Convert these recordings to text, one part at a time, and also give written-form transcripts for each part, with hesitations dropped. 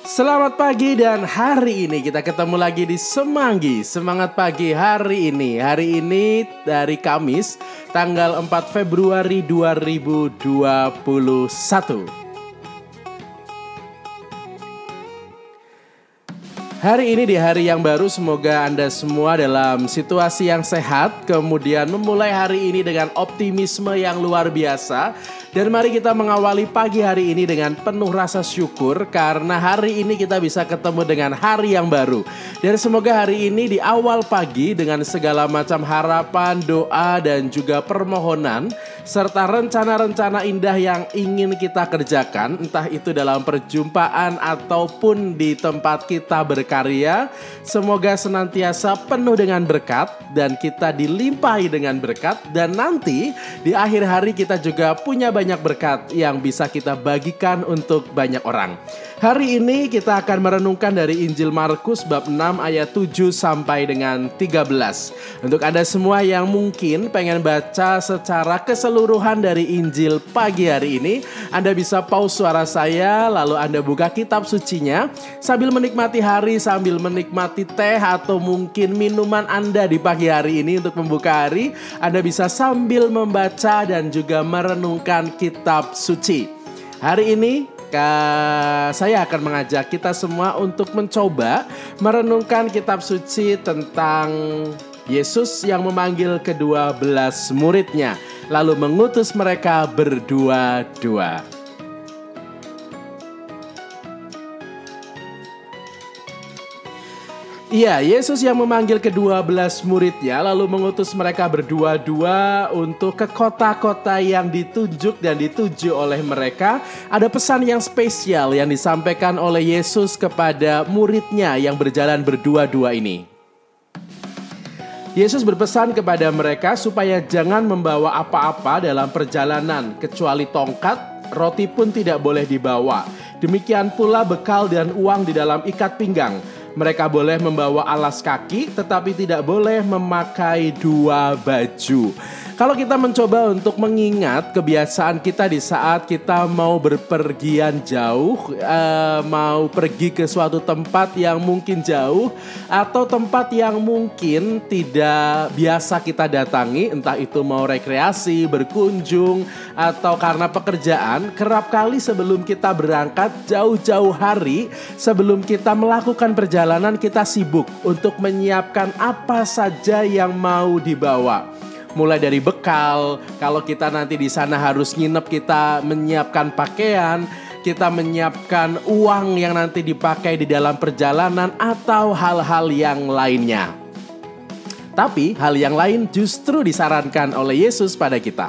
Selamat pagi dan hari ini kita ketemu lagi di Semanggi. Semangat pagi hari ini. Hari ini dari Kamis tanggal 4 Februari 2021. Hari ini di hari yang baru, semoga Anda semua dalam situasi yang sehat, kemudian memulai hari ini dengan optimisme yang luar biasa. Dan mari kita mengawali pagi hari ini dengan penuh rasa syukur karena hari ini kita bisa ketemu dengan hari yang baru. Dan semoga hari ini di awal pagi dengan segala macam harapan, doa dan juga permohonan serta rencana-rencana indah yang ingin kita kerjakan, entah itu dalam perjumpaan ataupun di tempat kita berkarya, semoga senantiasa penuh dengan berkat dan kita dilimpahi dengan berkat, dan nanti di akhir hari kita juga punya banyak berkat yang bisa kita bagikan untuk banyak orang. Hari ini kita akan merenungkan dari Injil Markus bab 6 ayat 7 sampai dengan 13. Untuk Anda semua yang mungkin pengen baca secara keseluruhan dari Injil pagi hari ini, Anda bisa pause suara saya lalu Anda buka kitab sucinya sambil menikmati hari, sambil menikmati teh atau mungkin minuman Anda di pagi hari ini. Untuk membuka hari, Anda bisa sambil membaca dan juga merenungkan kitab suci. Hari ini saya akan mengajak kita semua untuk mencoba merenungkan kitab suci tentang Yesus yang memanggil ke-12 muridnya, lalu mengutus mereka berdua-dua. Iya, Yesus yang memanggil ke-12 muridnya lalu mengutus mereka berdua-dua untuk ke kota-kota yang ditunjuk dan dituju oleh mereka. Ada pesan yang spesial yang disampaikan oleh Yesus kepada muridnya yang berjalan berdua-dua ini. Yesus berpesan kepada mereka supaya jangan membawa apa-apa dalam perjalanan kecuali tongkat, roti pun tidak boleh dibawa. Demikian pula bekal dan uang di dalam ikat pinggang. Mereka boleh membawa alas kaki, tetapi tidak boleh memakai dua baju. Kalau kita mencoba untuk mengingat kebiasaan kita di saat kita mau berpergian jauh, mau pergi ke suatu tempat yang mungkin jauh atau tempat yang mungkin tidak biasa kita datangi, entah itu mau rekreasi, berkunjung, atau karena pekerjaan, kerap kali sebelum kita berangkat jauh-jauh hari, sebelum kita melakukan perjalanan, kita sibuk untuk menyiapkan apa saja yang mau dibawa. Mulai dari bekal, kalau kita nanti di sana harus nginep, kita menyiapkan pakaian, kita menyiapkan uang yang nanti dipakai di dalam perjalanan atau hal-hal yang lainnya. Tapi hal yang lain justru disarankan oleh Yesus pada kita.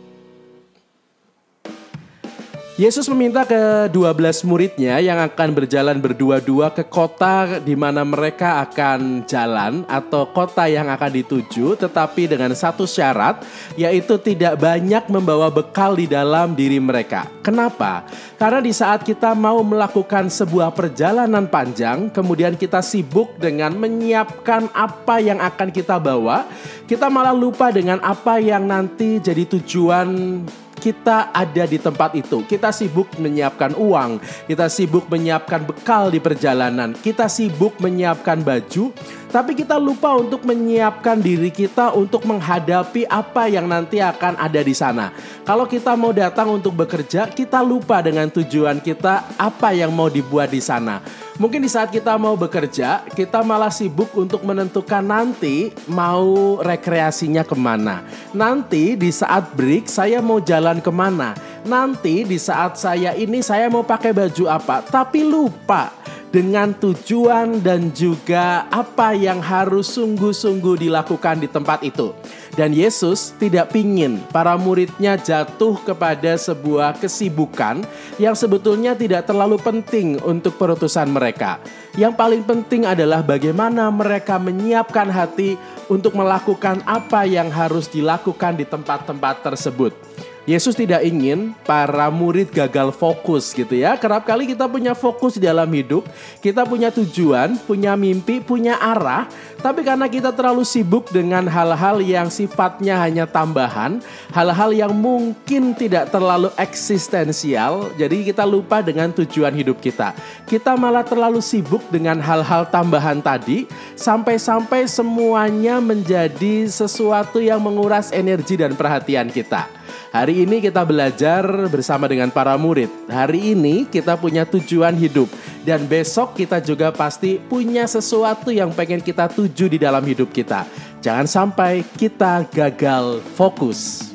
Yesus meminta ke-12 muridnya yang akan berjalan berdua-dua ke kota di mana mereka akan jalan atau kota yang akan dituju, tetapi dengan satu syarat, yaitu tidak banyak membawa bekal di dalam diri mereka. Kenapa? Karena di saat kita mau melakukan sebuah perjalanan panjang, kemudian kita sibuk dengan menyiapkan apa yang akan kita bawa, kita malah lupa dengan apa yang nanti jadi tujuan kita ada di tempat itu. Kita sibuk menyiapkan uang, kita sibuk menyiapkan bekal di perjalanan, kita sibuk menyiapkan baju, tapi kita lupa untuk menyiapkan diri kita untuk menghadapi apa yang nanti akan ada di sana. Kalau kita mau datang untuk bekerja, kita lupa dengan tujuan kita, apa yang mau dibuat di sana. Mungkin di saat kita mau bekerja, kita malah sibuk untuk menentukan nanti mau rekreasinya kemana. Nanti di saat break saya mau jalan kemana. Nanti di saat saya mau pakai baju apa. Tapi lupa dengan tujuan dan juga apa yang harus sungguh-sungguh dilakukan di tempat itu. Dan Yesus tidak pingin para muridnya jatuh kepada sebuah kesibukan yang sebetulnya tidak terlalu penting untuk perutusan mereka. Yang paling penting adalah bagaimana mereka menyiapkan hati untuk melakukan apa yang harus dilakukan di tempat-tempat tersebut. Yesus tidak ingin para murid gagal fokus gitu ya. Kerap kali kita punya fokus di dalam hidup, kita punya tujuan, punya mimpi, punya arah. Tapi karena kita terlalu sibuk dengan hal-hal yang sifatnya hanya tambahan, hal-hal yang mungkin tidak terlalu eksistensial, jadi kita lupa dengan tujuan hidup kita. Kita malah terlalu sibuk dengan hal-hal tambahan tadi, sampai-sampai semuanya menjadi sesuatu yang menguras energi dan perhatian kita. Hari ini kita belajar bersama dengan para murid. Hari ini kita punya tujuan hidup. Dan besok kita juga pasti punya sesuatu yang pengen kita tuju di dalam hidup kita. Jangan sampai kita gagal fokus.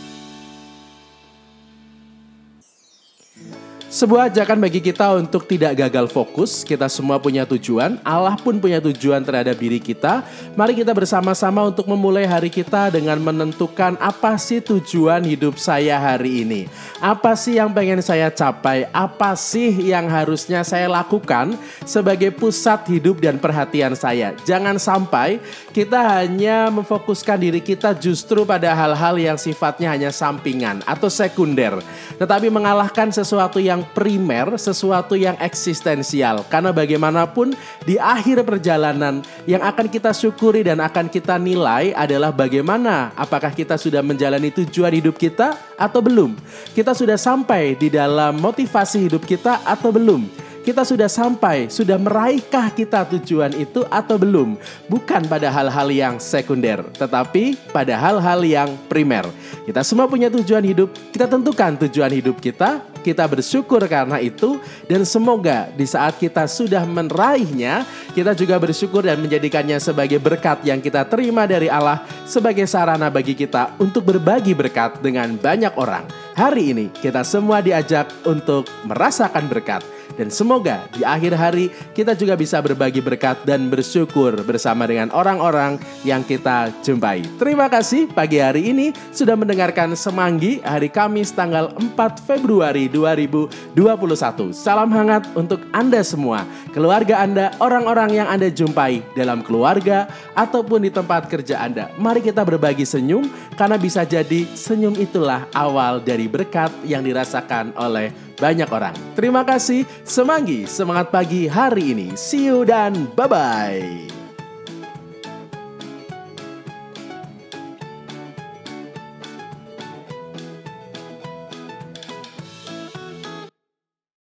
Sebuah ajakan bagi kita untuk tidak gagal fokus. Kita semua punya tujuan, Allah pun punya tujuan terhadap diri kita. Mari kita bersama-sama untuk memulai hari kita dengan menentukan apa sih tujuan hidup saya hari ini. Apa sih yang pengen saya capai? Apa sih yang harusnya saya lakukan sebagai pusat hidup dan perhatian saya? Jangan sampai kita hanya memfokuskan diri kita justru pada hal-hal yang sifatnya hanya sampingan atau sekunder. Tetapi mengalahkan sesuatu yang primer, sesuatu yang eksistensial. Karena bagaimanapun di akhir perjalanan yang akan kita syukuri dan akan kita nilai adalah bagaimana, apakah kita sudah menjalani tujuan hidup kita atau belum. Kita sudah sampai di dalam motivasi hidup kita atau belum. Kita sudah sampai, sudah meraihkah kita tujuan itu atau belum? Bukan pada hal-hal yang sekunder, tetapi pada hal-hal yang primer. Kita semua punya tujuan hidup, kita tentukan tujuan hidup kita bersyukur karena itu, dan semoga di saat kita sudah meraihnya, kita juga bersyukur dan menjadikannya sebagai berkat yang kita terima dari Allah, sebagai sarana bagi kita untuk berbagi berkat dengan banyak orang. Hari ini kita semua diajak untuk merasakan berkat. Dan semoga di akhir hari kita juga bisa berbagi berkat dan bersyukur bersama dengan orang-orang yang kita jumpai. Terima kasih pagi hari ini sudah mendengarkan Semanggi hari Kamis tanggal 4 Februari 2021. Salam hangat untuk Anda semua, keluarga Anda, orang-orang yang Anda jumpai dalam keluarga ataupun di tempat kerja Anda. Mari kita berbagi senyum, karena bisa jadi senyum itulah awal dari berkat yang dirasakan oleh banyak orang. Terima kasih, Semanggi, semangat pagi hari ini. See you dan bye-bye.